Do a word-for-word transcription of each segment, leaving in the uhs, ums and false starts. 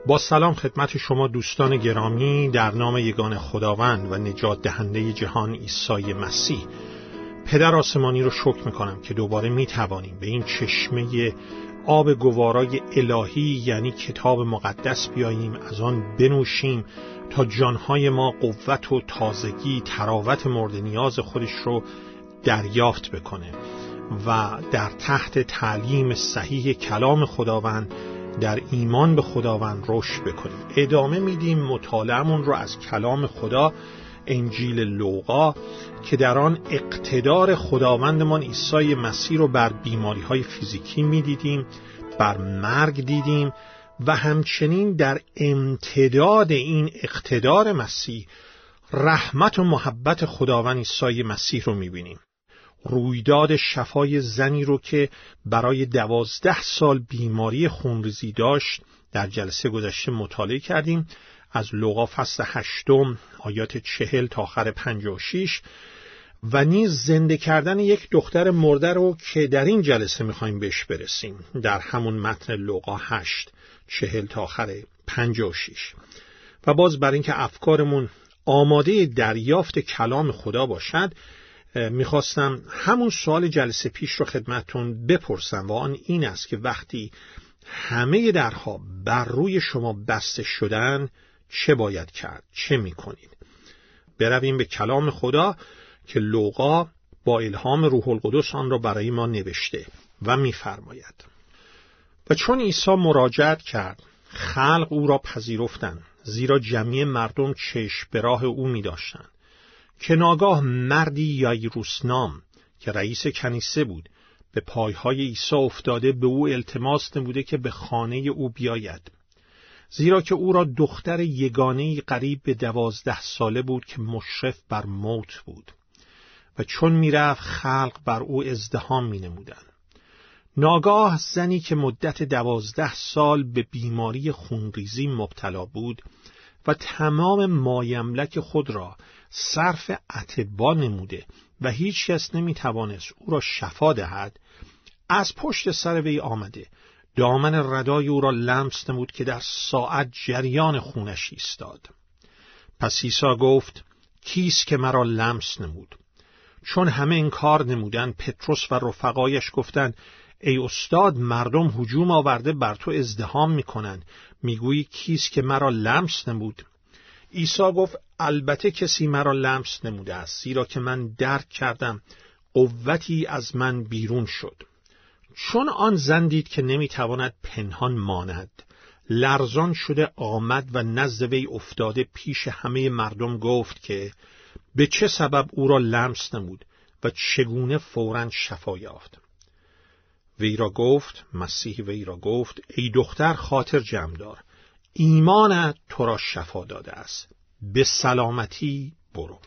با سلام خدمت شما دوستان گرامی، در نام یگان خداوند و نجات دهنده جهان عیسی مسیح، پدر آسمانی رو شکر میکنم که دوباره میتوانیم به این چشمه آب گوارای الهی یعنی کتاب مقدس بیاییم، از آن بنوشیم تا جانهای ما قوت و تازگی، تراوت مورد نیاز خودش رو دریافت بکنه و در تحت تعلیم صحیح کلام خداوند در ایمان به خداوند رشد بکنیم. ادامه میدیم مطالعه‌مون رو از کلام خدا، انجیل لوقا، که در آن اقتدار خداوندمان عیسی مسیح رو بر بیماری‌های فیزیکی میدیدیم، بر مرگ دیدیم و همچنین در امتداد این اقتدار مسیح رحمت و محبت خداوند عیسی مسیح رو میبینیم. رویداد شفای زنی رو که برای دوازده سال بیماری خونریزی داشت در جلسه گذشته مطالعه کردیم، از لوقا فصل هشتم آیات چهل تا آخر پنجاه و شش، و نیز زنده کردن یک دختر مرده رو که در این جلسه میخوایم بهش برسیم، در همون متن لوقا هشت چهل تا آخر پنجاه و شش. و باز برای اینکه افکارمون آماده دریافت کلام خدا باشد، میخواستم همون سوال جلسه پیش رو خدمتتون بپرسم و آن این است که وقتی همه درها بر روی شما بسته شدن چه باید کرد؟ چه میکنید؟ برویم به کلام خدا که لوقا با الهام روح القدس آن را برای ما نوشته و میفرماید: و چون عیسی مراجعت کرد، خلق او را پذیرفتند، زیرا جمعی مردم چشم به راه او می داشتند. که ناگاه مردی یایروس نام که رئیس کنیسه بود به پایهای عیسی افتاده به او التماس نموده که به خانه او بیاید، زیرا که او را دختر یگانه‌ای قریب به دوازده ساله بود که مشرف بر موت بود و چون میرفت خلق بر او ازدحام می نمودن. ناگاه زنی که مدت دوازده سال به بیماری خونریزی مبتلا بود و تمام مایملک خود را صرف اتباع نموده و هیچ کس نمی توانست او را شفا دهد، از پشت سر وی آمده دامن ردای او را لمس نمود که در ساعت جریان خونش ایستاد. پس عیسی گفت: کیست که مرا لمس نمود؟ چون همه انکار نمودند، پتروس و رفقایش گفتند: ای استاد، مردم هجوم آورده بر تو ازدحام میکنند، میگویی کیست که مرا لمس نمود؟ عیسی گفت: البته کسی مرا لمس نموده است، زیرا که من درک کردم قوتی از من بیرون شد. چون آن زن دید که نمیتواند پنهان ماند، لرزان شده آمد و نزد وی افتاده پیش همه مردم گفت که به چه سبب او را لمس نمود و چگونه فوراً شفا یافت. وی را گفت، مسیح وی را گفت: ای دختر، خاطر جمع دار، ایمانت تو را شفا داده است، به سلامتی برو.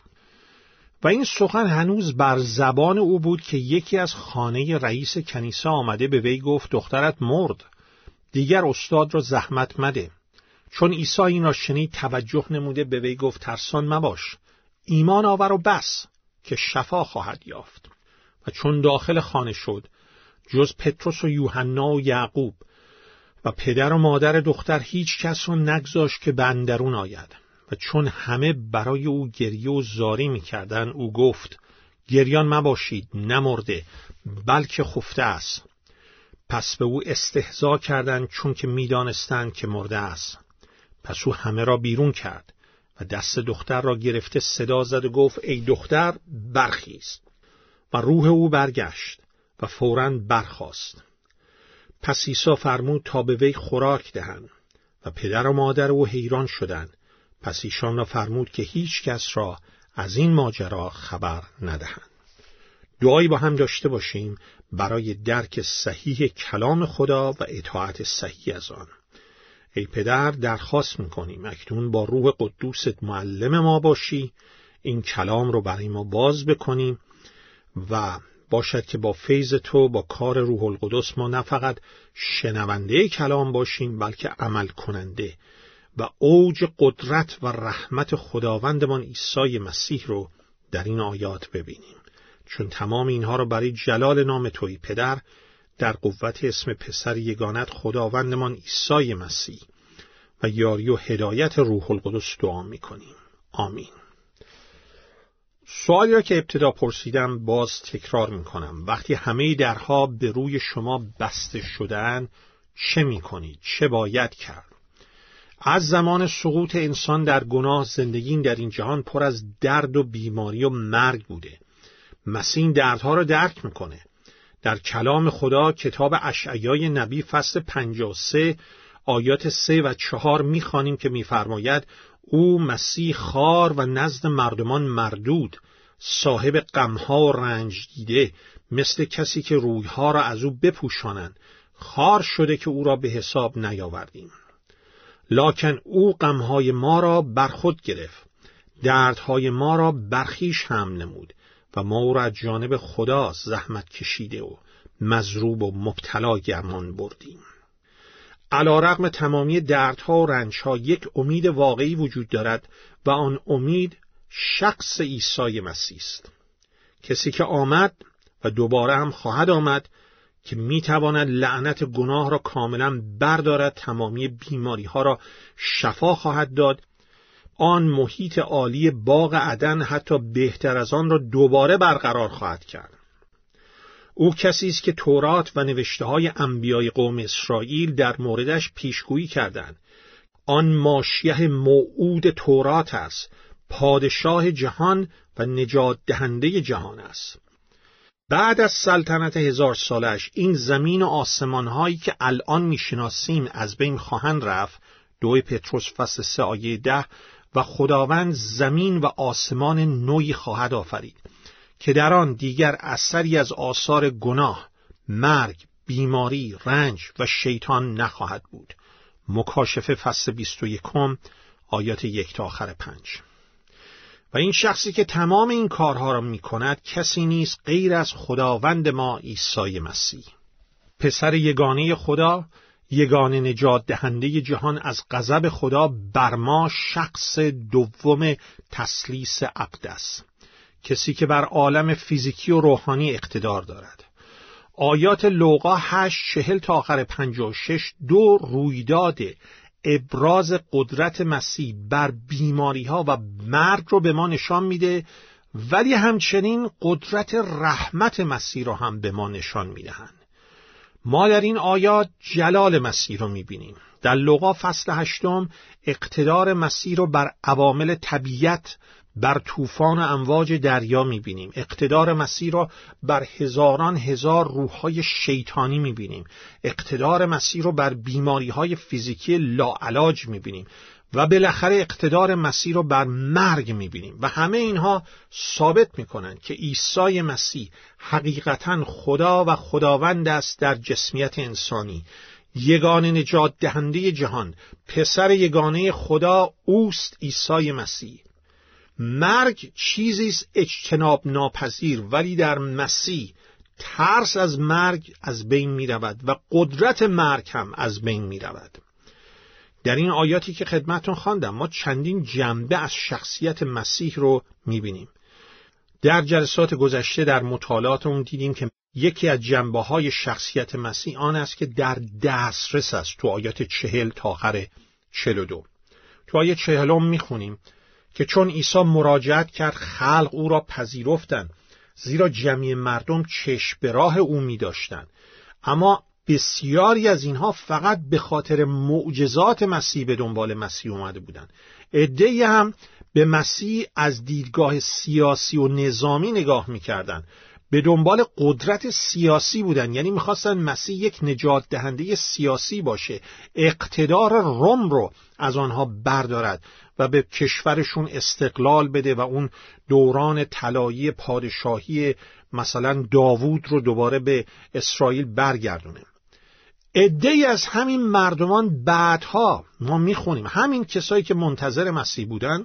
و این سخن هنوز بر زبان او بود که یکی از خانه رئیس کنیسه آمده به وی گفت: دخترت مرد، دیگر استاد را زحمت مده. چون عیسی این را شنید توجه نموده به وی گفت: ترسان مباش، ایمان آور و بس که شفا خواهد یافت. و چون داخل خانه شد، جز پتروس و یوحنا و یعقوب و پدر و مادر دختر هیچ کس را نگذاشت که به اندرون آید. و چون همه برای او گریه و زاری می‌کردند، او گفت: گریان مباشید، نمرده بلکه خفته است. پس به او استهزا کردند، چون که می‌دانستند که مرده است. پس او همه را بیرون کرد و دست دختر را گرفته صدا زد و گفت: ای دختر، برخیز. و روح او برگشت و فوراً برخاست. پس عیسی فرمود تا به وی خوراک دهند و پدر و مادر او حیران شدند. پس ایشان را فرمود که هیچ کس را از این ماجرا خبر ندهند. دعایی با هم داشته باشیم برای درک صحیح کلام خدا و اطاعت صحیح از آن. ای پدر، درخواست می‌کنیم اکنون با روح قدوست معلم ما باشی، این کلام رو برای ما باز بکنیم و باشد که با فیض تو، با کار روح القدس، ما نه فقط شنونده کلام باشیم بلکه عمل کننده و اوج قدرت و رحمت خداوندمان عیسی مسیح رو در این آیات ببینیم. چون تمام اینها رو برای جلال نام تویی پدر، در قوت اسم پسر یگانت خداوندمان عیسی مسیح و یاری و هدایت روح القدس دعا میکنیم. آمین. سوالی را که ابتدا پرسیدم باز تکرار میکنم. وقتی همه درها به روی شما بسته شدن چه میکنید؟ چه باید کرد؟ از زمان سقوط انسان در گناه زندگی در این جهان پر از درد و بیماری و مرگ بوده. مسیح این دردها را درک میکنه. در کلام خدا کتاب اشعیای نبی فصل پنجاه و سه آیات سه و چهار میخوانیم که میفرماید او مسیح خوار و نزد مردمان مردود، صاحب غمها و رنج دیده، مثل کسی که رویها را از او بپوشانند، خوار شده که او را به حساب نیاوردیم. لکن او غمهای ما را بر خود گرفت، دردهای ما را برخیش هم نمود و ما او را از جانب خدا زحمت کشیده و مضروب و مبتلا گمان بردیم. علی‌رغم تمامی دردها و رنجها یک امید واقعی وجود دارد و آن امید شخص عیسی مسیح است. کسی که آمد و دوباره هم خواهد آمد که میتواند لعنت گناه را کاملا بردارد، تمامی بیماری ها را شفا خواهد داد، آن محیط عالی باغ عدن حتی بهتر از آن را دوباره برقرار خواهد کرد. او کسی است که تورات و نوشته های انبیای قوم اسرائیل در موردش پیشگویی کردند. آن ماشیه موعود تورات است، پادشاه جهان و نجات دهنده جهان است. بعد از سلطنت هزار سالش این زمین و آسمان هایی که الان میشناسیم از بین خواهند رفت. دو پتروس فصل سه آیه ده. و خداوند زمین و آسمان نوعی خواهد آفرید که در آن دیگر اثری از آثار گناه، مرگ، بیماری، رنج و شیطان نخواهد بود. مکاشفه فصل بیست و یک آیات یک تا آخر پنج. و این شخصی که تمام این کارها را می کند کسی نیست غیر از خداوند ما عیسی مسیح، پسر یگانه خدا، یگانه نجات دهنده جهان از غضب خدا بر ما، شخص دوم تثلیث اقدس، کسی که بر عالم فیزیکی و روحانی اقتدار دارد. آیات لوقا هشت چهل تا آخر پنجاه و شش دو رویداد ابراز قدرت مسیح بر بیماری ها و مرگ رو به ما نشان میده، ولی همچنین قدرت رحمت مسیح رو هم به ما نشان میدهند. ما در این آیات جلال مسیح رو میبینیم. در لوقا فصل هشتم اقتدار مسیح رو بر عوامل طبیعت، بر طوفان و امواج دریا میبینیم. اقتدار مسیح رو بر هزاران هزار روح‌های شیطانی میبینیم. اقتدار مسیح رو بر بیماری‌های فیزیکی لاعلاج میبینیم و بالاخره اقتدار مسیح رو بر مرگ میبینیم. و همه اینها ثابت میکنند که عیسی مسیح حقیقتاً خدا و خداوند است در جسمیت انسانی، یگانه نجات دهنده جهان، پسر یگانه خدا اوست عیسی مسیح. مرگ چیزی است اجتناب ناپذیر، ولی در مسیح ترس از مرگ از بین می رود و قدرت مرگ هم از بین می رود. در این آیاتی که خدمتتون خواندم ما چندین جنبه از شخصیت مسیح رو می بینیم. در جلسات گذشته در مطالعات اون دیدیم که یکی از جنبه‌های شخصیت مسیح آن است که در دسترس است. تو آیات چهل تا آخر چهل و دو تو آیه چهلم می خونیم که چون عیسی مراجعت کرد خلق او را پذیرفتند، زیرا جمعی مردم چشم به راه او می داشتند. اما بسیاری از اینها فقط به خاطر معجزات مسیح به دنبال مسیح اومده بودند. عده‌ای هم به مسیح از دیدگاه سیاسی و نظامی نگاه می‌کردند، به دنبال قدرت سیاسی بودند، یعنی می‌خواستن مسیح یک نجات دهنده سیاسی باشه، اقتدار روم رو از آنها بردارد و به کشورشون استقلال بده و اون دوران طلایی پادشاهی مثلا داوود رو دوباره به اسرائیل برگردونه. عده‌ای از همین مردمان بعدها ما میخونیم، همین کسایی که منتظر مسیح بودن،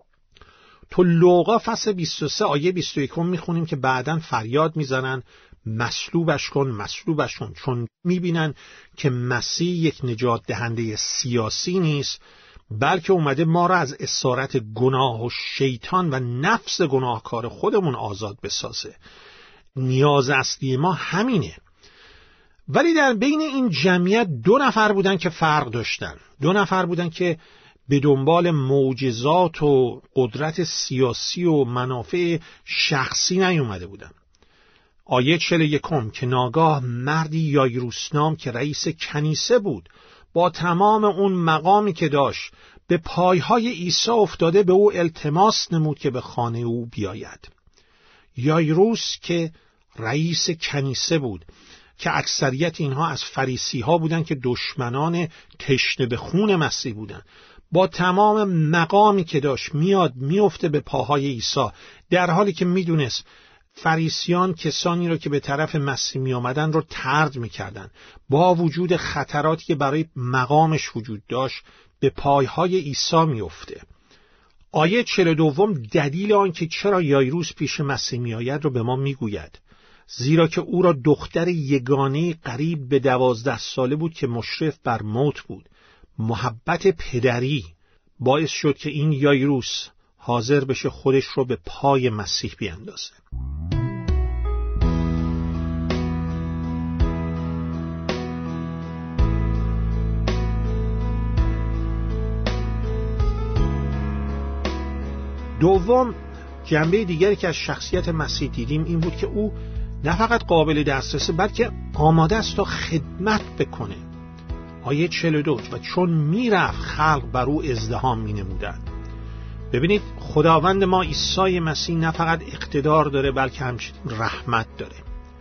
تو لوقا فصل بیست و سه آیه بیست و یک میخونیم که بعداً فریاد میزنن مصلوبش کن مصلوبش کن، چون میبینن که مسیح یک نجات دهنده سیاسی نیست، بلکه اومده ما را از اسارت گناه و شیطان و نفس گناهکار خودمون آزاد بسازه. نیاز اصلی ما همینه. ولی در بین این جمعیت دو نفر بودن که فرق داشتن. دو نفر بودن که به دنبال معجزات و قدرت سیاسی و منافع شخصی نیومده بودن. آیه چهل و یکم که ناگاه مردی یایروس نام که رئیس کنیسه بود، با تمام اون مقامی که داشت، به پایهای عیسی افتاده به او التماس نمود که به خانه او بیاید. یایروس که رئیس کنیسه بود، که اکثریت اینها از فریسی ها بودن که دشمنان تشنه به خون مسیح بودن، با تمام مقامی که داشت میاد میفته به پاهای عیسی، در حالی که میدونست فریسیان کسانی را که به طرف مسیح می آمدن رو طرد میکردن. با وجود خطراتی که برای مقامش وجود داشت به پایهای عیسی میفته. آیه چهل و دو دلیل آن که چرا یایروس پیش مسیح می آید رو به ما میگوید. زیرا که او را دختر یگانه قریب به دوازده ساله بود که مشرف بر موت بود. محبت پدری باعث شد که این یایروس حاضر بشه خودش رو به پای مسیح بیاندازه. دوم، جنبه دیگری که از شخصیت مسیح دیدیم این بود که او نه فقط قابل دسترسه بلکه آماده است تا خدمت بکنه. آیه چهل و دو و چون میرفت خلق بر او ازدحام می نمودند. ببینید خداوند ما عیسی مسیح نه فقط اقتدار داره بلکه همچنین رحمت داره.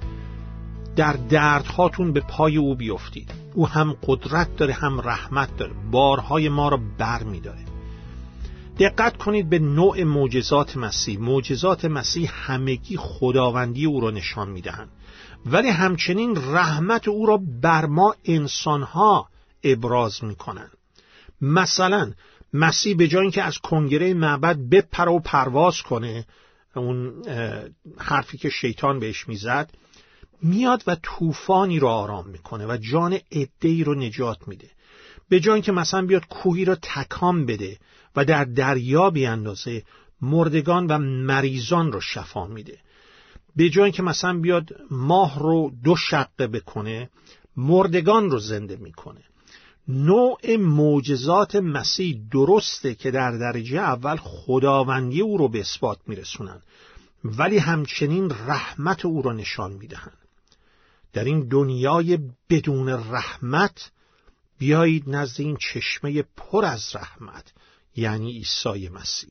در دردهاتون به پای او بیفتید. او هم قدرت داره هم رحمت داره. بارهای ما را بر می داره. دقت کنید به نوع معجزات مسیح. معجزات مسیح همگی خداوندی او را نشان می‌دهند، ولی همچنین رحمت او را بر ما انسان‌ها ابراز می‌کنند. مثلا مسیح به جای اینکه از کنگره معبد بپره و پرواز کنه، اون حرفی که شیطان بهش میزد، میاد و طوفانی رو آرام میکنه و جان عده‌ای رو نجات میده. به جای اینکه مثلا بیاد کوهی رو تکان بده و در دریا بیاندازه، مردگان و مریضان رو شفا میده. به جای اینکه مثلا بیاد ماه رو دو شقه بکنه، مردگان رو زنده میکنه. نوع معجزات مسیح درسته که در درجه اول خداوندی او رو به اثبات میرسونن، ولی همچنین رحمت او رو نشان میدهن. در این دنیای بدون رحمت بیایید نزد این چشمه پر از رحمت، یعنی عیسی مسیح.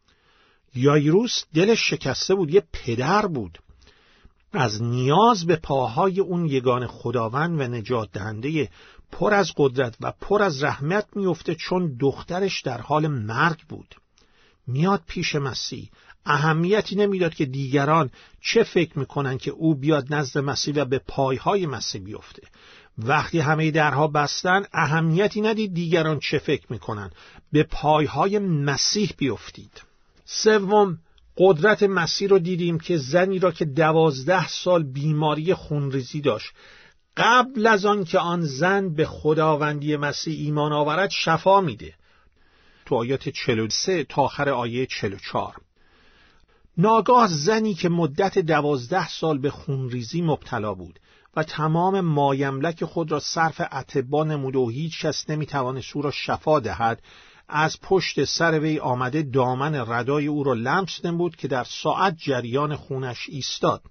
یایروس دلش شکسته بود، یه پدر بود، از نیاز به پاهای اون یگان خداوند و نجات دهنده پر از قدرت و پر از رحمت میفته، چون دخترش در حال مرگ بود. میاد پیش مسیح، اهمیتی نمیداد که دیگران چه فکر میکنن که او بیاد نزد مسیح و به پایهای مسیح بیفته. وقتی همه درها بستن، اهمیتی ندید دیگران چه فکر میکنن، به پایهای مسیح بیفتید. سوم، قدرت مسیح رو دیدیم که زنی را که دوازده سال بیماری خونریزی داشت، قبل از آن که آن زن به خداوندی مسیح ایمان آورد شفا میده. تو آیات چهل و سه تا آخر آیه چهل و چهار. ناگاه زنی که مدت دوازده سال به خونریزی مبتلا بود و تمام مایملک خود را صرف اطبا نمود و هیچ کس نمیتوانست او را شفا دهد، از پشت سر وی آمده دامن ردای او را لمس نمود که در ساعت جریان خونش ایستاد.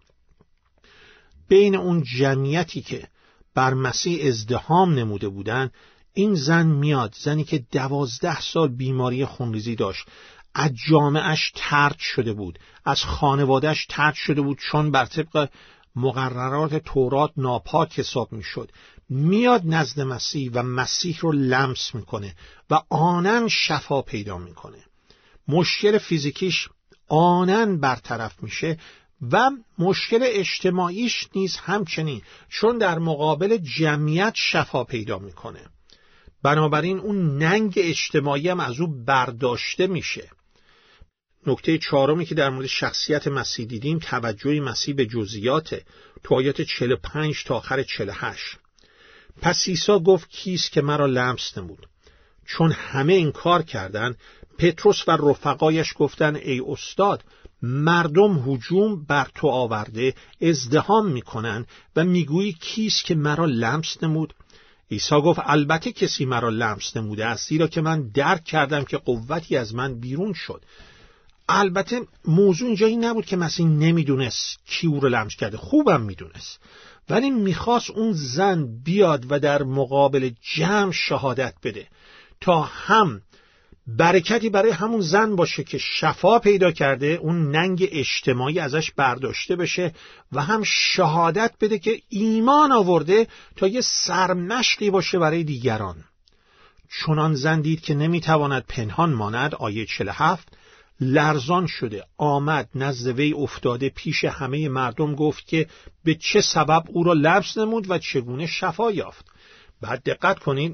بین اون جمعیتی که بر مسیح ازدحام نموده بودند، این زن میاد، زنی که دوازده سال بیماری خونریزی داشت، از جامعهش طرد شده بود، از خانوادهش طرد شده بود، چون بر طبق مقررات تورات ناپاک حساب میشد. میاد نزد مسیح و مسیح رو لمس میکنه و آنن شفا پیدا میکنه. مشکل فیزیکیش آنن برطرف میشه و مشکل اجتماعیش نیز همچنین، چون در مقابل جمعیت شفا پیدا میکنه. بنابراین اون ننگ اجتماعی هم از او برداشته میشه. نکته چهارمی که در مورد شخصیت مسیح دیدیم، توجه مسیح به جزئیات، تو آیات چهل و پنج تا آخر چهل و هشت. پس عیسی گفت کیست که مرا لمس نمود؟ چون همه این کار کردند، پتروس و رفقایش گفتند ای استاد، مردم هجوم بر تو آورده، ازدحام میکنن و میگویی کیست که مرا لمس نمود؟ عیسی گفت البته کسی مرا لمس نموده است، زیرا که من درک کردم که قوتی از من بیرون شد. البته موضوع اینجا این نبود که مسیح نمیدونست کی او رو لمس کرده، خوبم میدونست، ولی میخواست اون زن بیاد و در مقابل جمع شهادت بده تا هم برکتی برای همون زن باشه که شفا پیدا کرده، اون ننگ اجتماعی ازش برداشته بشه، و هم شهادت بده که ایمان آورده تا یه سرمشقی باشه برای دیگران. چنان زن دید که نمیتواند پنهان ماند، آیه چهل و هفت، لرزان شده آمد نزد وی، افتاده پیش همه مردم گفت که به چه سبب او را لمس نمود و چگونه شفا یافت. بعد دقت کنین،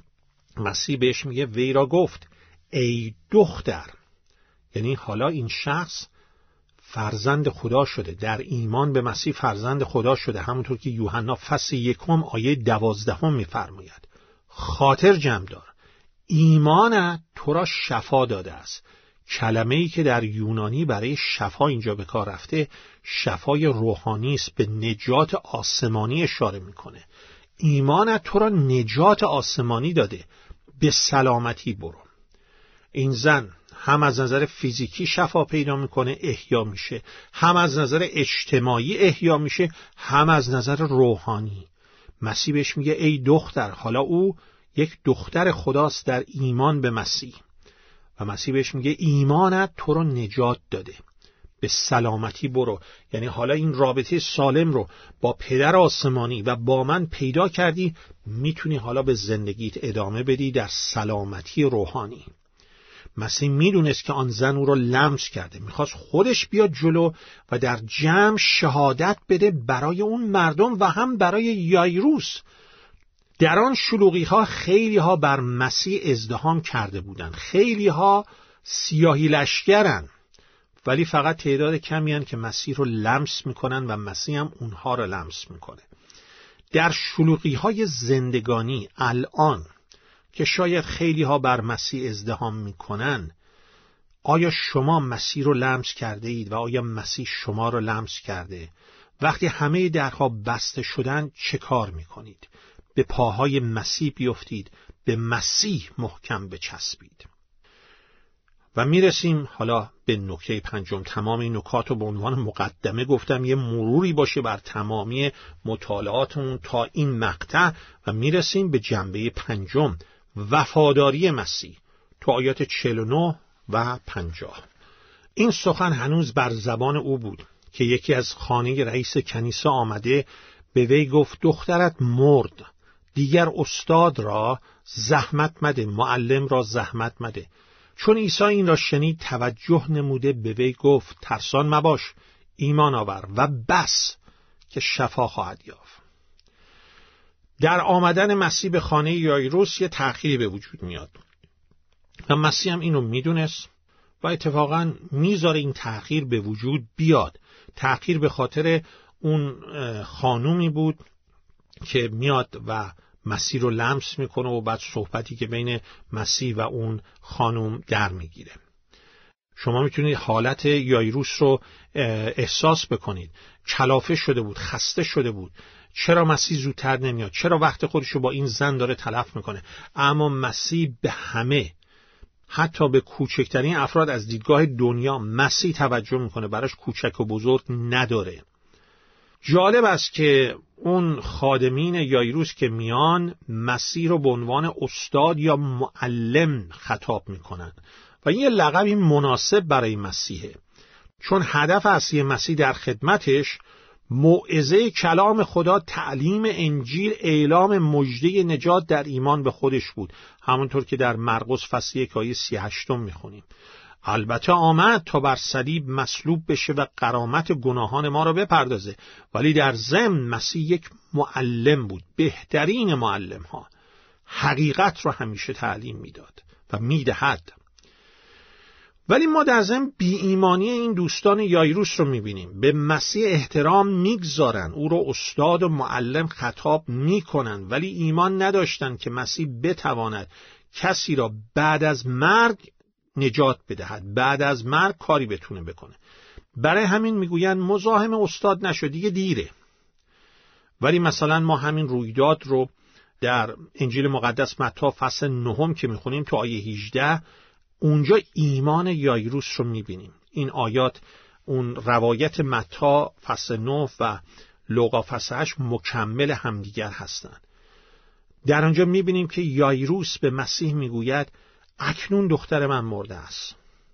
مسیح بهش میگه وی را گفت ای دختر، یعنی حالا این شخص فرزند خدا شده، در ایمان به مسیح فرزند خدا شده، همونطور که یوحنا فصل یکم آیه دوازدهم میفرماید. خاطر جمع دار، ایمانت تو را شفا داده است. کلمه‌ای که در یونانی برای شفا اینجا به کار رفته، شفای روحانی است، به نجات آسمانی اشاره میکنه. ایمانت تو را نجات آسمانی داده، به سلامتی برو. این زن هم از نظر فیزیکی شفا پیدا میکنه، احیا میشه، هم از نظر اجتماعی احیا میشه، هم از نظر روحانی. مسیح بهش میگه ای دختر، حالا او یک دختر خداست در ایمان به مسیح، و مسیح بهش میگه ایمانت تو رو نجات داده، به سلامتی برو. یعنی حالا این رابطه سالم رو با پدر آسمانی و با من پیدا کردی، میتونی حالا به زندگیت ادامه بدی در سلامتی روحانی. مسیح میدونست که آن زن او را لمس کرده، میخواست خودش بیاد جلو و در جمع شهادت بده برای اون مردم و هم برای یایروس. در آن شلوغی ها خیلی ها بر مسیح ازدحام کرده بودند، خیلی ها سیاهی لشکرن، ولی فقط تعداد کمی هستند که مسیح رو لمس میکنن و مسیح هم اونها رو لمس میکنه. در شلوغی های زندگانی الان که شاید خیلی ها بر مسیح ازدحام میکنن، آیا شما مسیح رو لمس کرده اید و آیا مسیح شما رو لمس کرده؟ وقتی همه درها بسته شدن چه کار میکنید؟ به پاهای مسیح بیفتید، به مسیح محکم بچسبید. و میرسیم حالا به نکته پنجم. تمام این نکات رو به عنوان مقدمه گفتم، یه مروری باشه بر تمامی مطالعاتمون تا این مقطع، و میرسیم به جنبه پنجم، وفاداری مسیح، تو آیات چهل و نه و پنجاه. این سخن هنوز بر زبان او بود که یکی از خانه رئیس کنیسه آمده به وی گفت دخترت مرد، دیگر استاد را زحمت مده، معلم را زحمت مده. چون عیسی این را شنید توجه نموده به وی گفت ترسان مباش، ایمان آور و بس که شفا خواهد یافت. در آمدن مسیح به خانه یایروس یه تأخیری به وجود میاد و مسیح هم اینو میدونست و اتفاقا میذاره این تأخیر به وجود بیاد. تأخیر به خاطر اون خانومی بود که میاد و مسیح رو لمس میکنه و بعد صحبتی که بین مسیح و اون خانوم در میگیره. شما میتونید حالت یایروس رو احساس بکنید. کلافه شده بود، خسته شده بود. چرا مسیح زودتر نمیاد؟ چرا وقت خودش رو با این زن داره تلف میکنه؟ اما مسیح به همه، حتی به کوچکترین افراد از دیدگاه دنیا، مسیح توجه میکنه، براش کوچک و بزرگ نداره. جالب است که اون خادمین یایروس که میان مسیح رو به عنوان استاد یا معلم خطاب میکنن و این لقبی مناسب برای مسیحه، چون هدف اصلی مسیح در خدمتش موعظه کلام خدا، تعلیم انجیل، اعلام مژده نجات در ایمان به خودش بود، همونطور که در مرقس فصل یک آیه سی و هشت میخونیم. البته آمد تا بر صلیب مصلوب بشه و غرامت گناهان ما را بپردازه، ولی در ضمن مسیح یک معلم بود، بهترین معلم ها. حقیقت رو همیشه تعلیم میداد و میدهد. ولی ما در ضمن بی ایمانی این دوستان یایروس رو میبینیم. به مسیح احترام میگذارن، او رو استاد و معلم خطاب میکنن، ولی ایمان نداشتن که مسیح بتواند کسی را بعد از مرگ نجات بدهد، بعد از مرگ کاری بتونه بکنه. برای همین میگوین مزاحم استاد نشو، دیگه دیره. ولی مثلا ما همین رویداد رو در انجیل مقدس متی فصل نهم که میخونیم تو آیه هجده، اونجا ایمان یایروس رو میبینیم. این آیات اون روایت متی فصل نه و لوقا فصل هشت مکمل همدیگر هستند. در آنجا میبینیم که یایروس به مسیح میگوید اکنون دختر من مرده است،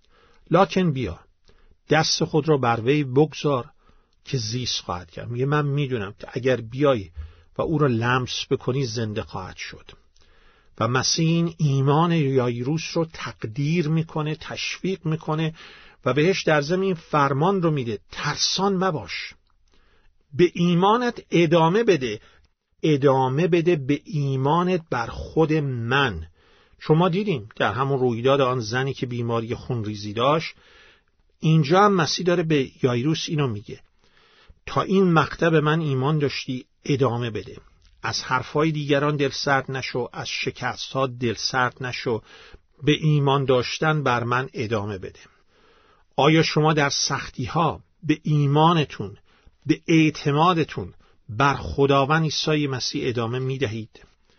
لکن بیا دست خود را بر وی بگذار که زیست خواهد کرد. میگه من میدونم که اگر بیای و او را لمس بکنی زنده خواهد شد. و مسیح این ایمان یایروس رو تقدیر میکنه، تشویق میکنه و بهش در ضمن این فرمان رو میده ترسان مباش، به ایمانت ادامه بده، ادامه بده به ایمانت بر خود من. شما دیدیم در همون رویداد آن زنی که بیماری خونریزی داشت، اینجا هم مسیح داره به یایروس اینو میگه تا این مقطع به من ایمان داشتی ادامه بده، از حرفهای دیگران دل سرد نشو، از شکست ها دل سرد نشو، به ایمان داشتن بر من ادامه بده. آیا شما در سختی ها به ایمانتون، به اعتمادتون بر خداوند عیسی مسیح ادامه میدهید؟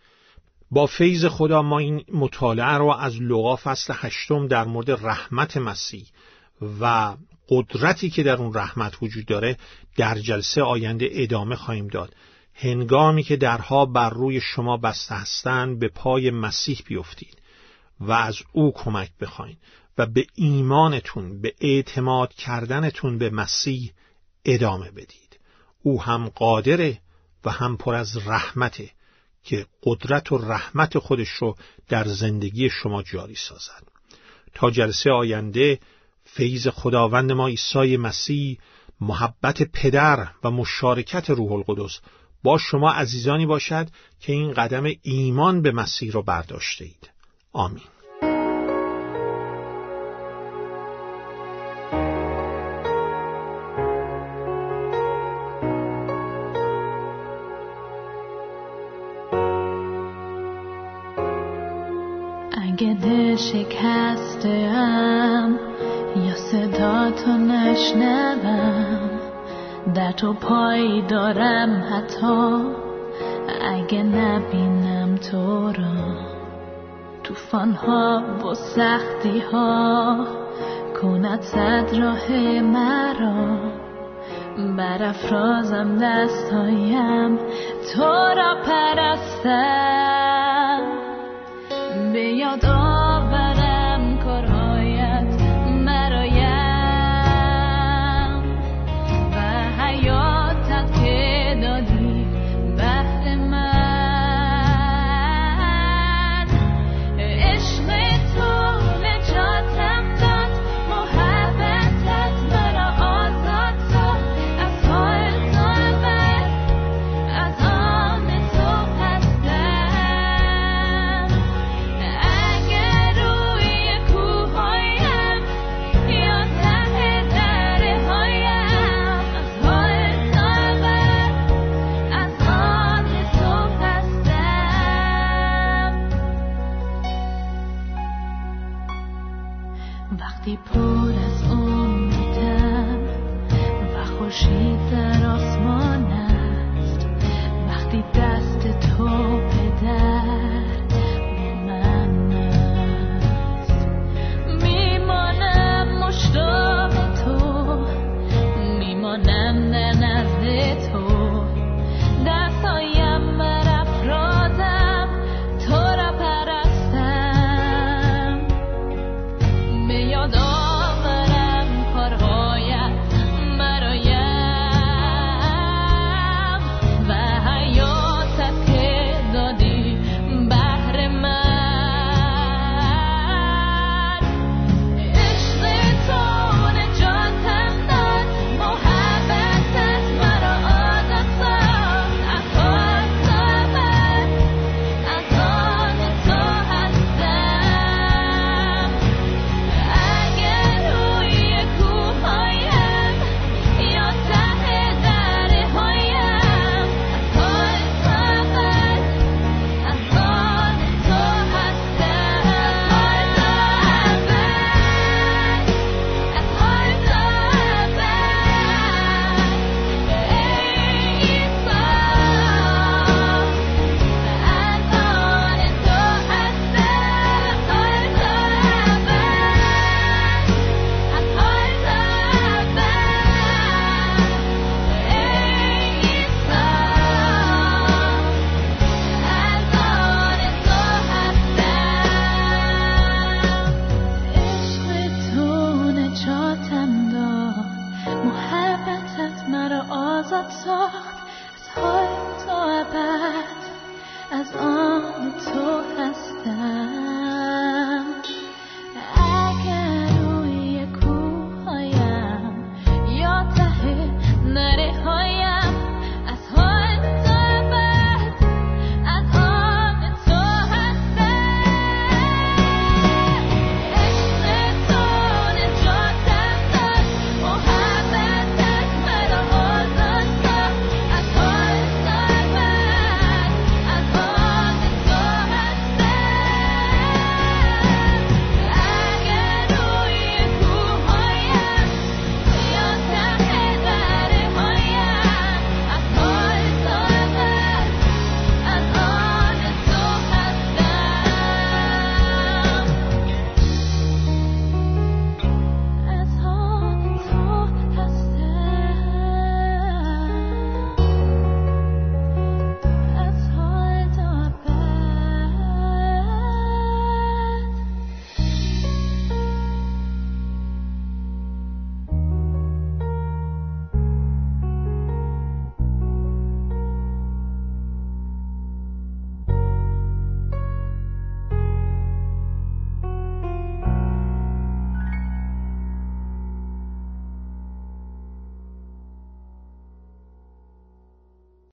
با فیض خدا ما این مطالعه رو از لوقا فصل هشتم در مورد رحمت مسیح و قدرتی که در اون رحمت وجود داره در جلسه آینده ادامه خواهیم داد. هنگامی که درها بر روی شما بسته هستند به پای مسیح بیفتید و از او کمک بخواید و به ایمانتون، به اعتماد کردنتون به مسیح ادامه بدید. او هم قادره و هم پر از رحمته که قدرت و رحمت خودش رو در زندگی شما جاری سازد. تا جلسه آینده، فیض خداوند ما عیسی مسیح، محبت پدر و مشارکت روح القدس با شما عزیزانی باشد که این قدم ایمان به مسیح را برداشته اید. آمین. اگه دل شکسته‌ام یا صدا تو نشنوم، در تو پای دارم حتی اگه نبینم تو را. طوفان ها و سختی ها کند صد راه مرا، برافرازم دستایم تو را پرستم. به یاد آورم کارهایت برایم و حیاتت که دادی بهر من. عشق تو نجاتم داد، محبتت مرا آزاد ساخت از حال ظلمت، از آن تو هستم. اگر خواهد تا ابد از آن تو هستم.